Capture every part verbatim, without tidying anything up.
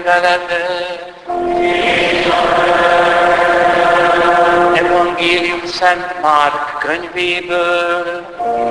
veletek. Evangélium Szent Márk könyvéből.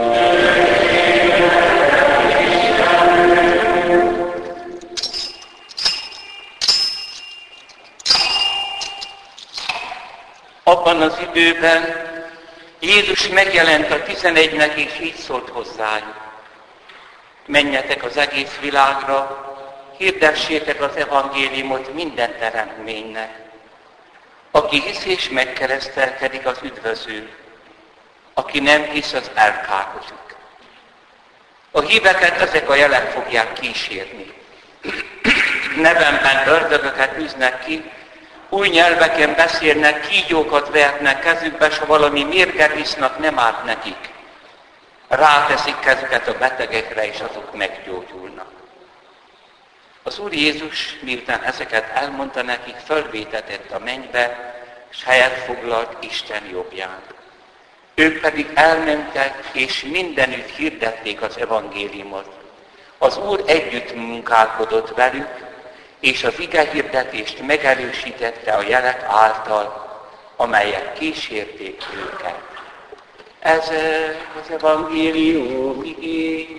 Abban az időben Jézus megjelent a tizenegynek, és így szólt hozzájuk. Menjetek az egész világra, hirdessétek az evangéliumot minden teremtménynek. Aki hisz és megkeresztelkedik, az üdvözül. Aki nem hisz, az elkárhozik. A híveket ezek a jelek fogják kísérni. Nevemben ördögöket űznek ki, új nyelveken beszélnek, kígyókat vehetnek kezükbe, s ha valami mérget isznak, nem árt nekik. Ráteszik kezüket a betegekre, és azok meggyógyulnak. Az Úr Jézus, miután ezeket elmondta nekik, fölvétetett a mennybe, s helyet foglalt Isten jobbján. Ők pedig elmentek, és mindenütt hirdették az evangéliumot. Az Úr együtt munkálkodott velük, és az igehirdetést megerősítette a jelek által, amelyek kísérték őket. Ez az evangélium igény.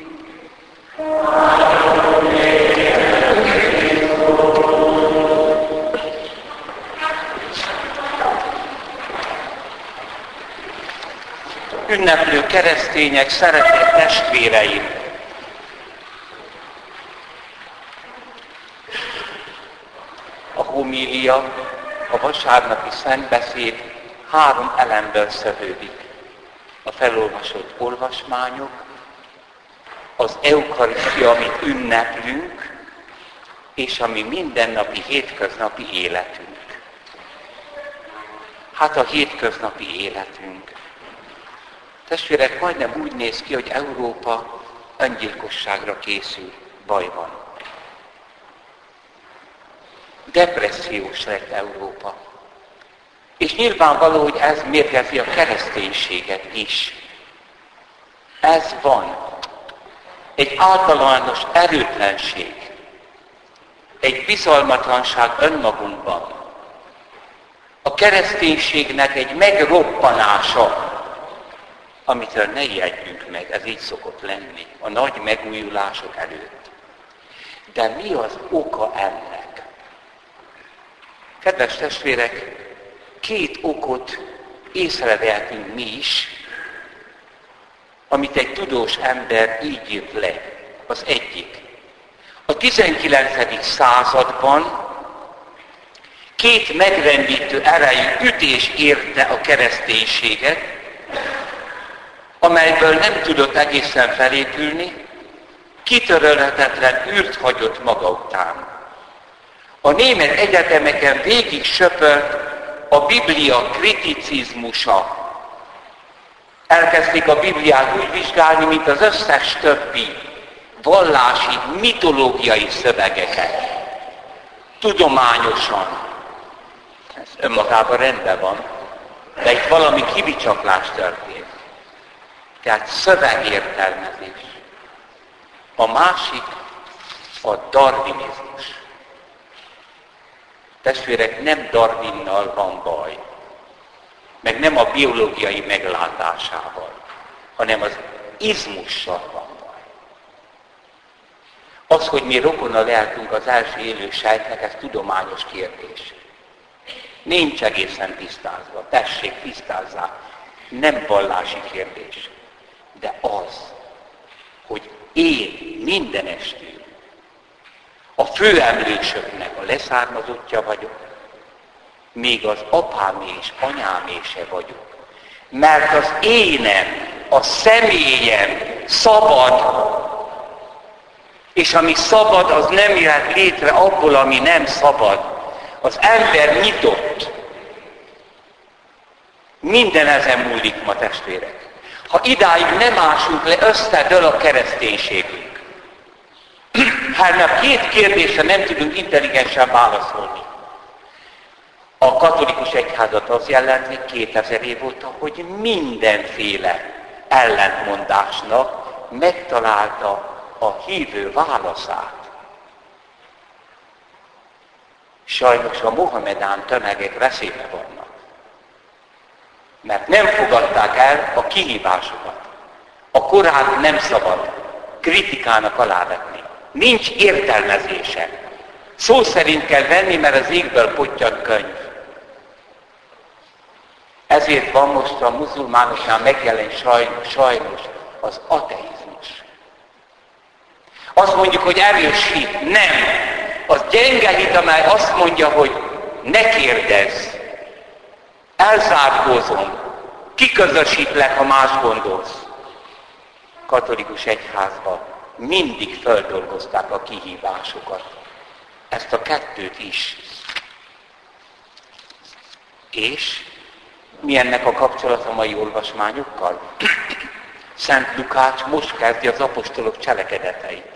Ünneplő keresztények, szeretett testvéreim! A homília, a vasárnapi szentbeszéd három elemből szövődik. A felolvasott olvasmányok, az eukarisztia, amit ünneplünk, és a mi mindennapi, hétköznapi életünk. Hát a hétköznapi életünk. Testvérek, majdnem úgy néz ki, hogy Európa öngyilkosságra készül. Baj van. Depressziós lett Európa. És nyilvánvaló, hogy ez mérgezi a kereszténységet is. Ez van. Egy általános erőtlenség. Egy bizalmatlanság önmagunkban. A kereszténységnek egy megroppanása, amitől ne ijedjünk meg, ez így szokott lenni, a nagy megújulások előtt. De mi az oka ennek? Kedves testvérek, két okot észrevehetünk mi is, amit egy tudós ember így írt le. Az egyik. A tizenkilencedik században két megrendítő erejű ütés érte a kereszténységet, amelyből nem tudott egészen felépülni, kitörölhetetlen űrt hagyott maga után. A német egyetemeken végig söpört a Biblia kriticizmusa. Elkezdték a Bibliát úgy vizsgálni, mint az összes többi vallási, mitológiai szövegeket. Tudományosan. Ez önmagában rendben van, de itt valami kivicsaklás történt. Tehát szövegértelmezés. A másik a darwinizmus. Testvérek, nem Darwinnal van baj, meg nem a biológiai meglátásával, hanem az izmussal van baj. Az, hogy mi rokona lehetünk az első élő sejtnek, ez tudományos kérdés. Nincs egészen tisztázva. Tessék, tisztázzák. Nem vallási kérdés. De az, hogy én mindenestül a főemlősöknek a leszármazottja vagyok, még az apámé és anyámé se vagyok. Mert az énem, a személyem szabad, és ami szabad, az nem jöhet létre abból, ami nem szabad. Az ember nyitott. Minden ezen múlik ma, testvérek. Ha idáig nem ásunk le, összedől a kereszténységünk. Hát a két kérdésre nem tudunk intelligensen válaszolni. A katolikus egyházat az jelenti kétezer év óta, hogy mindenféle ellentmondásnak megtalálta a hívő válaszát. Sajnos a mohamedán tömegek veszélybe vannak. Mert nem fogadták el a kihívásokat. A Korán nem szabad kritikának alávetni. Nincs értelmezése. Szó szerint kell venni, mert az égből pottyant könyv. Ezért van most a muzulmánoknál megjelen sajnos, sajnos az ateizmus. Azt mondjuk, hogy erős hit. Nem. Az gyenge hit, amely azt mondja, hogy ne kérdezz. Elzárkózom. Kiközösítlek, ha más gondolsz. Katolikus egyházban mindig földolgozták a kihívásokat. Ezt a kettőt is. És mi ennek a kapcsolata a mai olvasmányokkal? Szent Lukács most kezdi az apostolok cselekedeteit.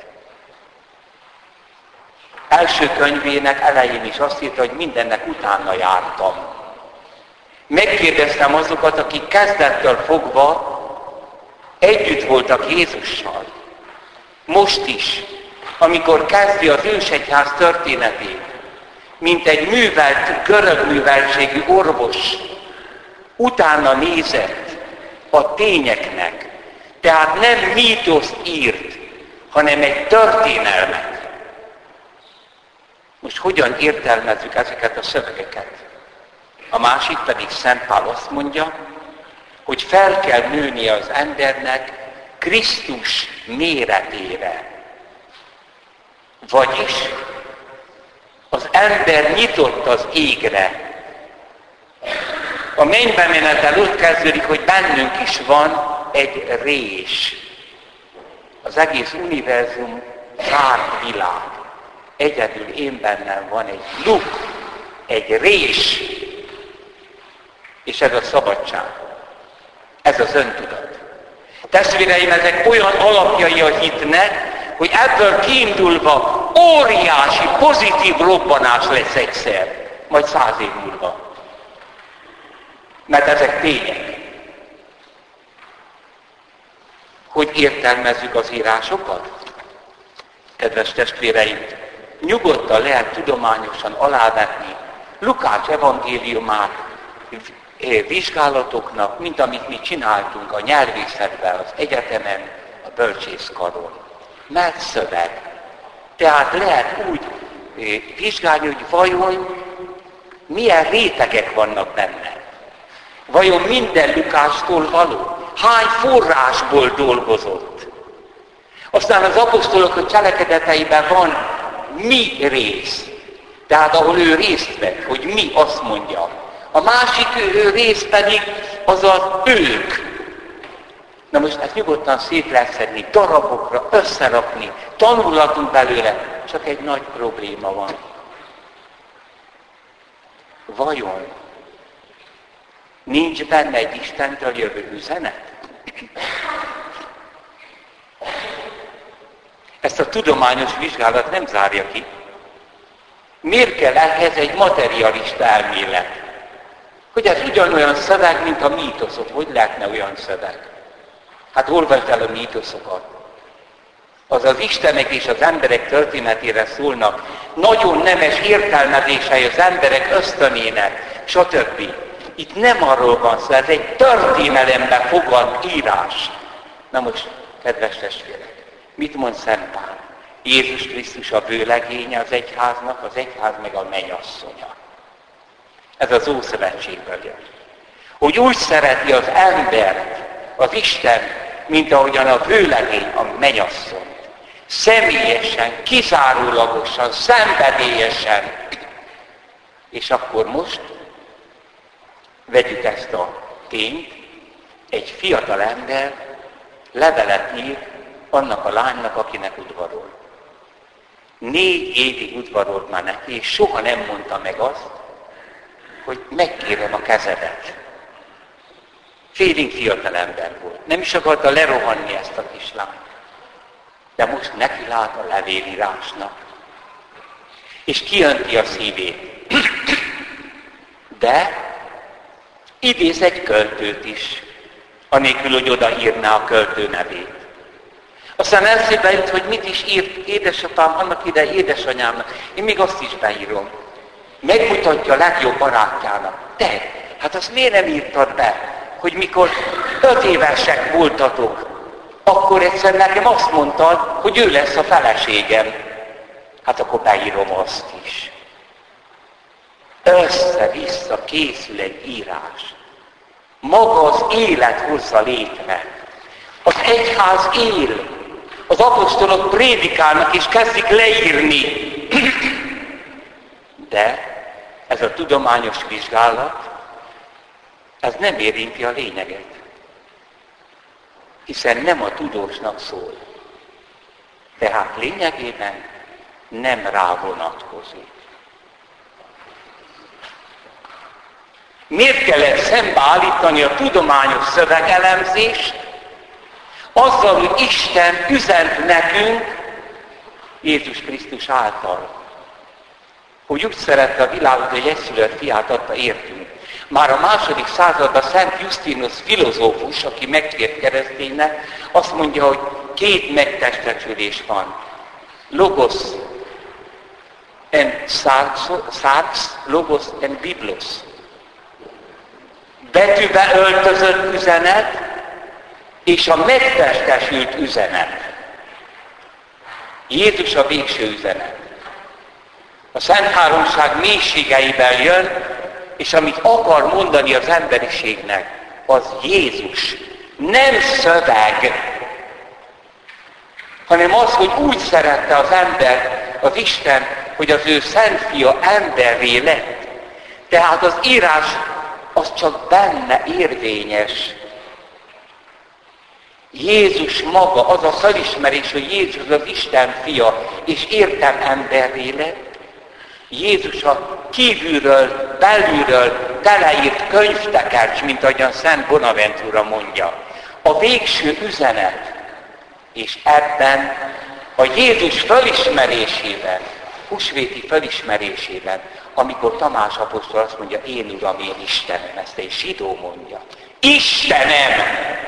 Első könyvének elején is azt írta, hogy mindennek utána jártam. Megkérdeztem azokat, akik kezdettől fogva együtt voltak Jézussal. Most is, amikor kezdi az ősegyház történetét, mint egy művelt, görög műveltségű orvos, utána nézett a tényeknek. Tehát nem mítoszt írt, hanem egy történelmet. Most hogyan értelmezzük ezeket a szövegeket? A másik pedig Szent Pál azt mondja, hogy fel kell nőnie az embernek Krisztus méretére. Vagyis az ember nyitott az égre. A mennybe menetel ott kezdődik, hogy bennünk is van egy rés. Az egész univerzum zárt világ. Egyedül én bennem van egy luk, egy rés. És ez a szabadság. Ez az öntudat. Testvéreim, ezek olyan alapjai a hitnek, hogy ebből kiindulva óriási, pozitív robbanás lesz egyszer, majd száz év múlva. Mert ezek tények. Hogy értelmezzük az írásokat? Kedves testvéreim, nyugodtan lehet tudományosan alávetni Lukács evangéliumát vizsgálatoknak, mint amit mi csináltunk a nyelvészetben, az egyetemen, a bölcsészkaron. Mert szöveg. Tehát lehet úgy vizsgálni, hogy vajon milyen rétegek vannak benne. Vajon minden Lukácstól való? Hány forrásból dolgozott? Aztán az apostolok cselekedeteiben van mi rész. Tehát ahol ő részt vett, hogy mi azt mondja. A másik ő rész pedig az az ők. Na most ezt nyugodtan szét lehet szedni, darabokra, összerakni, tanulhatunk belőle, csak egy nagy probléma van. Vajon nincs benne egy Istentől jövő üzenet? Ezt a tudományos vizsgálat nem zárja ki. Miért kell ehhez egy materialista elmélet? Hogy ez ugyanolyan szöveg, mint a mítoszok. Hogy lehetne olyan szöveg? Hát olvasd el a mítoszokat. Az az Istenek és az emberek történetére szólnak. Nagyon nemes értelmezései az emberek ösztönének, stb. Itt nem arról van szó, ez egy történelemben fogant írás. Na most, kedves testvérek, mit mond Szent Pál? Jézus Krisztus a vőlegénye az egyháznak, az egyház meg a mennyasszonya. Ez az Ószövetségből jön. Hogy úgy szereti az embert, az Isten, mint ahogyan a vőlegény a mennyasszonyt. Személyesen, kizárólagosan, szenvedélyesen. És akkor most vegyük ezt a tényt, egy fiatal ember levelet ír annak a lánynak, akinek udvarol. Négy évig udvarolt már neki, és soha nem mondta meg azt, hogy megkérem a kezedet. Félig fiatal ember volt. Nem is akarta lerohanni ezt a kislányt. De most neki lát a levélírásnak. És kijönti a szívét. De idéz egy költőt is, anélkül, hogy odaírná a költő nevét. Aztán eszébe jut, hogy mit is írt édesapám annak ide édesanyámnak. Én még azt is beírom. Megmutatja a legjobb barátjának. Te, hát azt miért nem írtad be, hogy mikor öt évesek voltatok, akkor egyszer nekem azt mondtad, hogy ő lesz a feleségem. Hát akkor beírom azt is. Össze-vissza készül egy írás. Maga az élet hozza létre. Az egyház él. Az apostolok prédikálnak és kezdik leírni. De ez a tudományos vizsgálat, ez nem érinti a lényeget. Hiszen nem a tudósnak szól. Tehát lényegében nem rá vonatkozik. Miért kellett szembeállítani a tudományos szövegelemzést azzal, hogy Isten üzent nekünk Jézus Krisztus által? Hogy úgy szerette a világot, hogy egyszülött fiát adta értünk. Már a második században Szent Justinus filozófus, aki megtért kereszténynek, azt mondja, hogy két megtestesülés van. Logos and sarx, logos and biblos. Betűbe öltözött üzenet, és a megtestesült üzenet. Jézus a végső üzenet. A Szent Háromság mélységeiben jön, és amit akar mondani az emberiségnek, az Jézus. Nem szöveg, hanem az, hogy úgy szerette az ember, az Isten, hogy az ő szent fia emberré lett. Tehát az írás az csak benne érvényes. Jézus maga, az a felismerés, hogy Jézus az Isten fia, és értem emberré lett. Jézus a kívülről, belülről teleírt könyvtekercs, mint ahogyan Szent Bonaventura mondja. A végső üzenet, és ebben a Jézus felismerésében, húsvéti felismerésében, amikor Tamás apostol azt mondja, én Uram, én Istenem, ezt egy zsidó mondja. Istenem!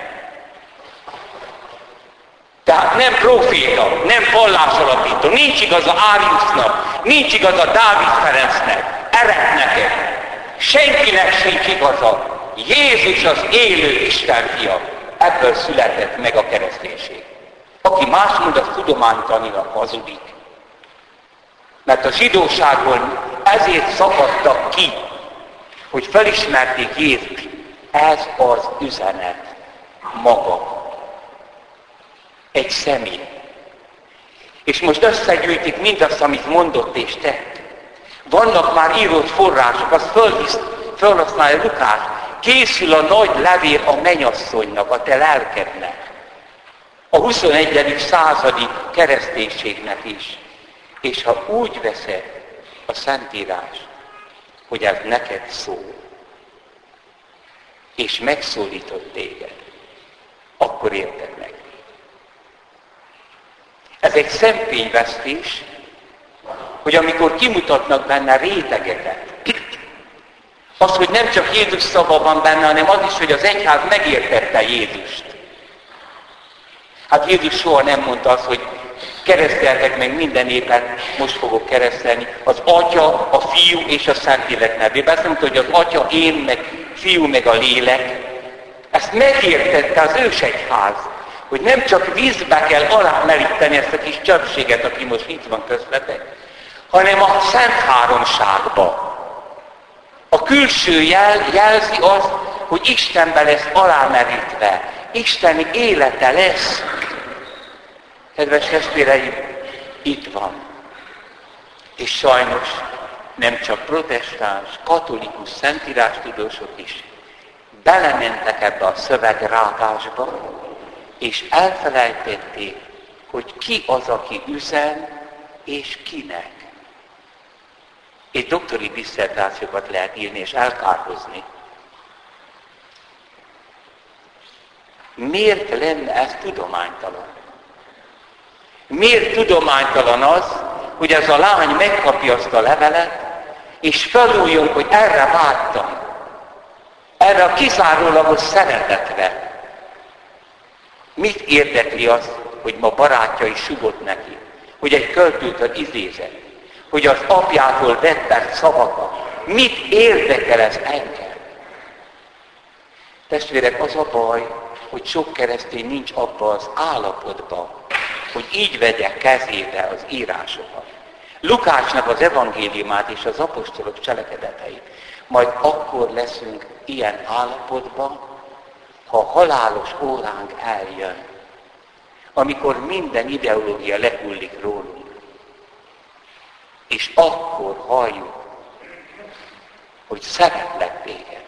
Tehát nem proféta, nem vallásalapító, nincs igaza Áriusznak, nincs igaza Dávid Ferencnek, eretnek, senkinek sincs igaza. Jézus az élő Isten fia. Ebből született meg a kereszténység. Aki más mond, az tudománytanilag hazudik. Mert a zsidóságból ezért szakadtak ki, hogy felismerték Jézust. Ez az üzenet maga. Egy személy. És most összegyűjtik mindazt, amit mondott és tett. Vannak már írott források, azt felhasználja Lukás. Készül a nagy levél a mennyasszonynak, a te lelkednek. A huszonegyedik századi kereszténységnek is. És ha úgy veszed a Szentírás, hogy ez neked szól, és megszólított téged, akkor érted meg. Ez egy szemfényvesztés, hogy amikor kimutatnak benne rétegeket, az, hogy nem csak Jézus szava van benne, hanem az is, hogy az egyház megértette Jézust. Hát Jézus soha nem mondta azt, hogy kereszteltek meg minden népet, most fogok keresztelni, az Atya, a Fiú és a Szentlélek nevében. Azt mondta, hogy az Atya, én, meg Fiú, meg a Lélek. Ezt megértette az ősegyház, hogy nem csak vízbe kell alámeríteni ezt a kis csöpséget, aki most itt van közletek, hanem a Szent Háromságba. A külső jel jelzi azt, hogy Istenben lesz alámerítve. Isteni élete lesz. Kedves testvéreim, itt van. És sajnos nem csak protestáns, katolikus szentírástudósok is belementek ebbe a szövegrágásba, és elfelejtették, hogy ki az, aki üzen, és kinek. És doktori disszertációkat lehet írni, és elkárhozni. Miért lenne ez tudománytalan? Miért tudománytalan az, hogy ez a lány megkapja azt a levelet, és felújjon, hogy erre vágytam. Erre a kizárólagos szeretetre. Mit érdekli az, hogy ma barátjai sugott neki? Hogy egy költőtől idézett? hogy az apjától vett szavakat. Mit érdekel ez engem? Testvérek, az a baj, hogy sok keresztény nincs abban az állapotban, hogy így vegye kezébe az írásokat. Lukácsnak az evangéliumát és az apostolok cselekedeteit. Majd akkor leszünk ilyen állapotban, ha a halálos óránk eljön, amikor minden ideológia lehullik rólunk. És akkor halljuk, hogy szeretlek téged.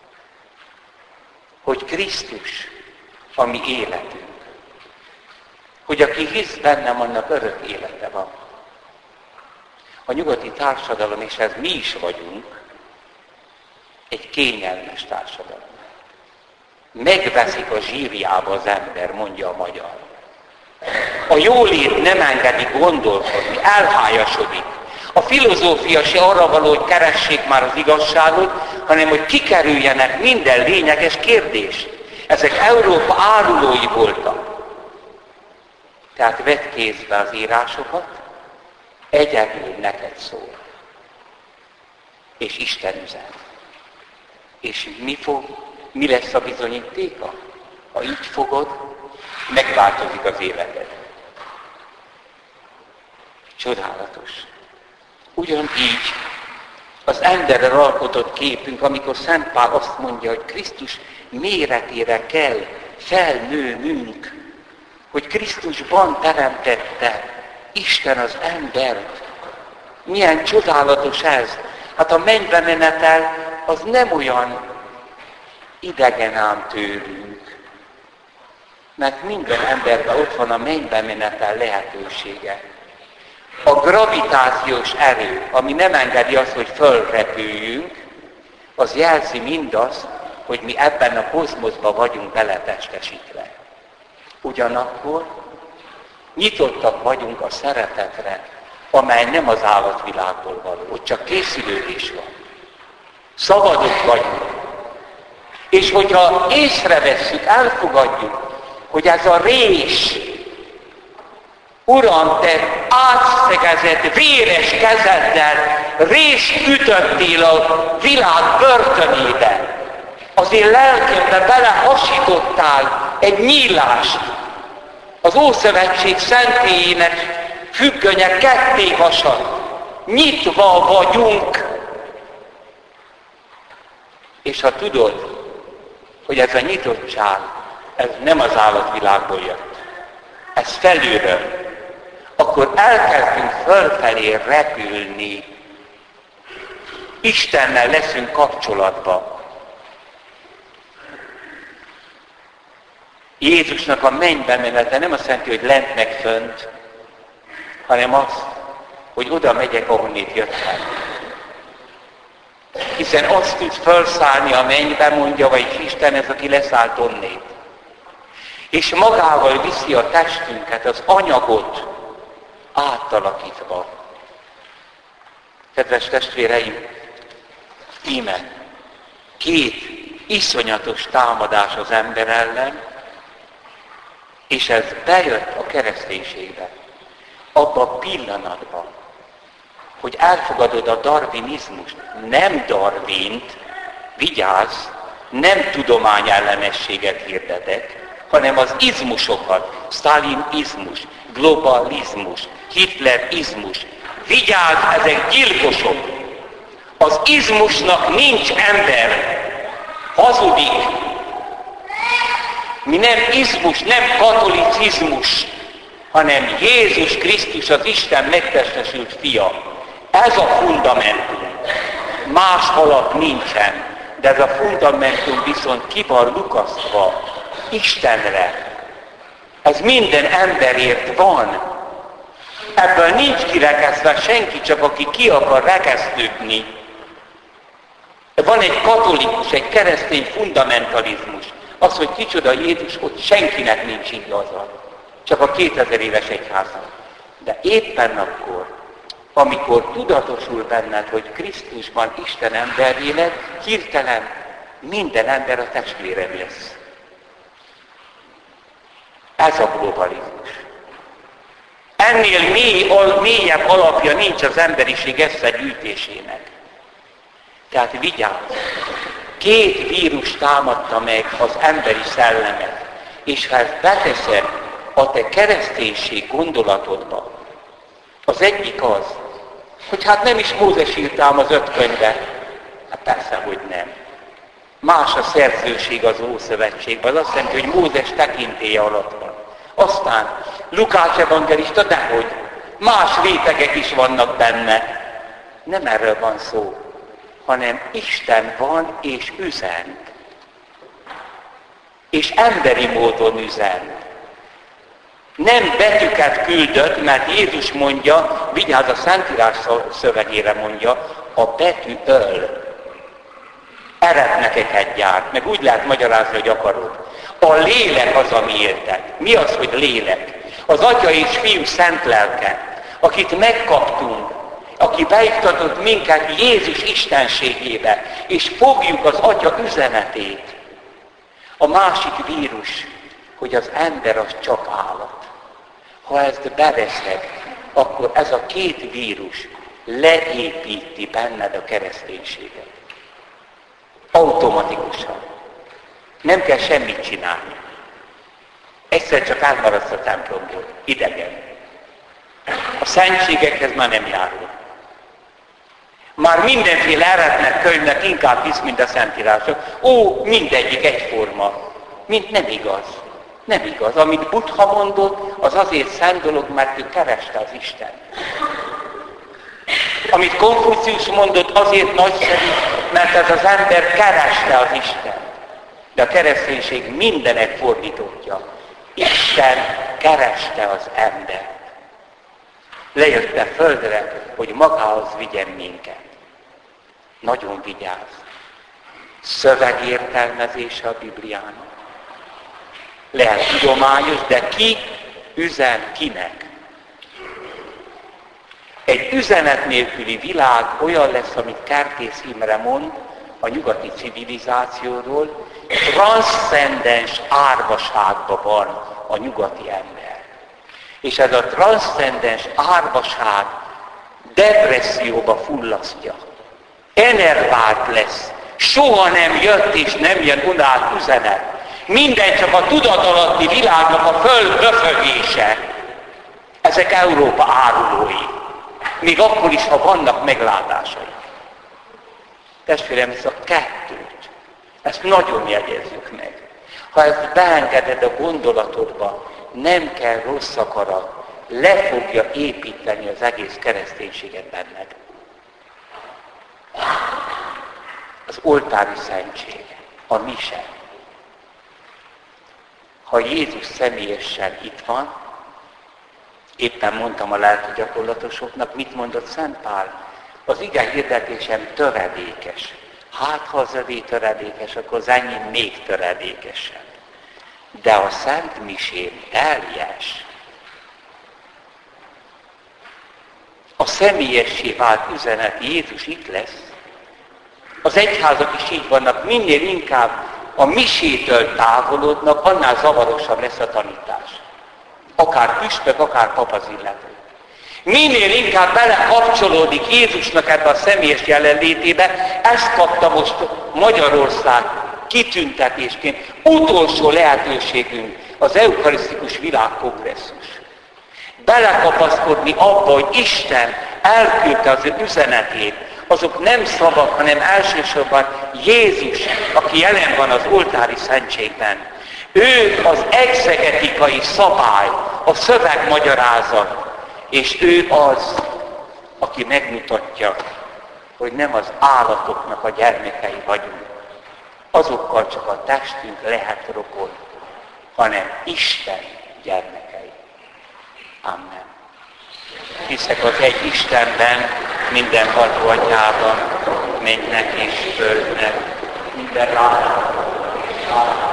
Hogy Krisztus a mi életünk. Hogy aki hisz bennem, annak örök élete van. A nyugati társadalom, és ez mi is vagyunk, egy kényelmes társadalom. Megveszik a zsírjába az ember, mondja a magyar. A jólét nem engedi gondolkodni, elhájasodik. A filozófia se arra való, hogy keressék már az igazságot, hanem hogy kikerüljenek minden lényeges kérdést. Ezek Európa árulói voltak. Tehát vedd kézbe az írásokat, egyedül neked szól. És Isten üzen. És mi fog, mi lesz a bizonyítéka? Ha így fogod, megváltozik az életed. Csodálatos. Ugyanígy az emberrel alkotott képünk, amikor Szent Pál azt mondja, hogy Krisztus méretére kell felnőnünk, hogy Krisztusban teremtette Isten az embert. Milyen csodálatos ez! Hát a mennybe menetel az nem olyan idegen ám tőlünk, mert minden emberben ott van a mennybe menetel lehetősége. A gravitációs erő, ami nem engedi azt, hogy fölrepüljünk, az jelzi mindazt, hogy mi ebben a kozmoszban vagyunk beletestesítve. Ugyanakkor nyitottak vagyunk a szeretetre, amely nem az állatvilágból való, ott csak készülődés van. Szabadok vagyunk. És hogyha észrevesszük, elfogadjuk, hogy ez a rés, Uram, te átszegezett, véres kezeddel részt ütöttél a világ börtönébe. Az én lelkembe belehasítottál egy nyílást. Az Ószövetség szentélyének függönye ketté hasadt. Nyitva vagyunk. És ha tudod, hogy ez a nyitottság, ez nem az állatvilágból jött, ez felülről, akkor elkezdünk fölfelé repülni. Istennel leszünk kapcsolatban. Jézusnak a mennybe menete nem azt jelenti, hogy lent meg fönt, hanem azt, hogy oda megyek, ahonnét jöttem. Hiszen azt tud felszállni a mennybe, mondja, vagy Isten ez, aki leszállt onnét. És magával viszi a testünket, az anyagot átalakítva. Kedves testvéreim, íme két iszonyatos támadás az ember ellen, és ez bejött a kereszténységbe. Abba a pillanatban, hogy elfogadod a darwinizmust, nem Darwint, vigyázz, nem tudományellenességet hirdetek, hanem az izmusokat, sztálinizmus, globalizmus, hitlerizmus. Vigyázz, ezek gyilkosok. Az izmusnak nincs ember. Hazudik. Mi nem izmus, nem katolicizmus, hanem Jézus Krisztus, az Isten megtestesült fia. Ez a fundamentum. Más alap nincsen, de ez a fundamentum viszont ki van lukasztva Istenre. Ez minden emberért van. Ebből nincs kirekesztve senki, csak aki ki akar rekesztődni. Van egy katolikus, egy keresztény fundamentalizmus. Az, hogy kicsoda Jézus, ott senkinek nincs igaza. Csak a kétezer éves egyháznak. De éppen akkor, amikor tudatosul benned, hogy Krisztusban Isten emberé lett, hirtelen minden ember a testvéred lesz. Ez a globalizmus. Ennél mély, al, mélyebb alapja nincs az emberiség összegyűjtésének. Tehát vigyázz! Két vírus támadta meg az emberi szellemet, és ha ezt beteszed a te kereszténység gondolatodba, az egyik az, hogy hát nem is Mózes írtám az öt könyvet. Hát persze, hogy nem. Más a szerzőség az Ószövetségben, az azt jelenti, hogy Mózes tekintélye alatt van. Aztán Lukács evangelista, dehogy, más rétegek is vannak benne. Nem erről van szó, hanem Isten van és üzen. És emberi módon üzen. Nem betűket küldött, mert Jézus mondja, vigyázz, a Szentírás szövegére mondja, a betű öl. Eretnekeket gyárt, meg úgy lehet magyarázni, hogy akarod. A lélek az, ami érted. Mi az, hogy lélek? Az Atya és Fiú szent lelke, akit megkaptunk, aki beiktatott minket Jézus istenségébe, és fogjuk az Atya üzenetét. A másik vírus, hogy az ember az csak állat. Ha ezt beveszed, akkor ez a két vírus leépíti benned a kereszténységet. Automatikusan. Nem kell semmit csinálni. Egyszer csak elmaradsz a templomból. Idegen. A szentségekhez már nem járul. Már mindenféle eretnek, könyvnek inkább hisz, mint a Szentírások. Ó, mindegyik egyforma. Mint nem igaz. Nem igaz. Amit Buddha mondott, az azért szent dolog, mert ő kereste az Istent. Amit Konfucius mondott, azért nagyszerű, mert ez az ember kereste az Istent. De a kereszténység mindenek fordítottja. Isten kereste az embert. Lejött a földre, hogy magához vigyen minket. Nagyon vigyázz. Szövegértelmezése a Bibliának. Lehet tudományos, de ki üzen kinek? Egy üzenet nélküli világ olyan lesz, amit Kertész Imre mond a nyugati civilizációról, transzcendens árvaságban van a nyugati ember. És ez a transzcendens árvaság depresszióba fullasztja. Enervált lesz. Soha nem jött és nem jön unált üzenet. Minden csak a tudatalatti világnak a földböfögése. Ezek Európa árulói. Még akkor is, ha vannak meglátásai. Testvérem, ez a kettőt. Ezt nagyon jegyezzük meg. Ha ezt beengeded a gondolatodba, nem kell rossz akarat. Le fogja építeni az egész kereszténységet benned. Az oltári szentség, a mise. Ha Jézus személyesen itt van, éppen mondtam a lelki gyakorlatosoknak, mit mondott Szent Pál? Az ige hirdetésem töredékes. Hát, ha az övé töredékes, akkor az enyém még töredékesebb. De a Szent Misém teljes. A személyessé vált üzenet, Jézus itt lesz. Az egyházak is így vannak, minél inkább a misétől távolodnak, annál zavarosabb lesz a tanítás. Akár püspök, akár pap az illető. Minél inkább belekapcsolódik Jézusnak ebbe a személyes jelenlétébe, ezt kapta most Magyarország kitüntetésként. Utolsó lehetőségünk az eukarisztikus világkongresszus. Belekapaszkodni abba, hogy Isten elküldte az ő üzenetét. Azok nem szavak, hanem elsősorban Jézus, aki jelen van az oltári szentségben. Ő az exegetikai szabály, a szövegmagyarázat, és ő az, aki megmutatja, hogy nem az állatoknak a gyermekei vagyunk. Azokkal csak a testünk lehet rokon, hanem Isten gyermekei. Amen. Hiszek az egy Istenben, minden ható Atyában, mennynek és földnek, minden rá.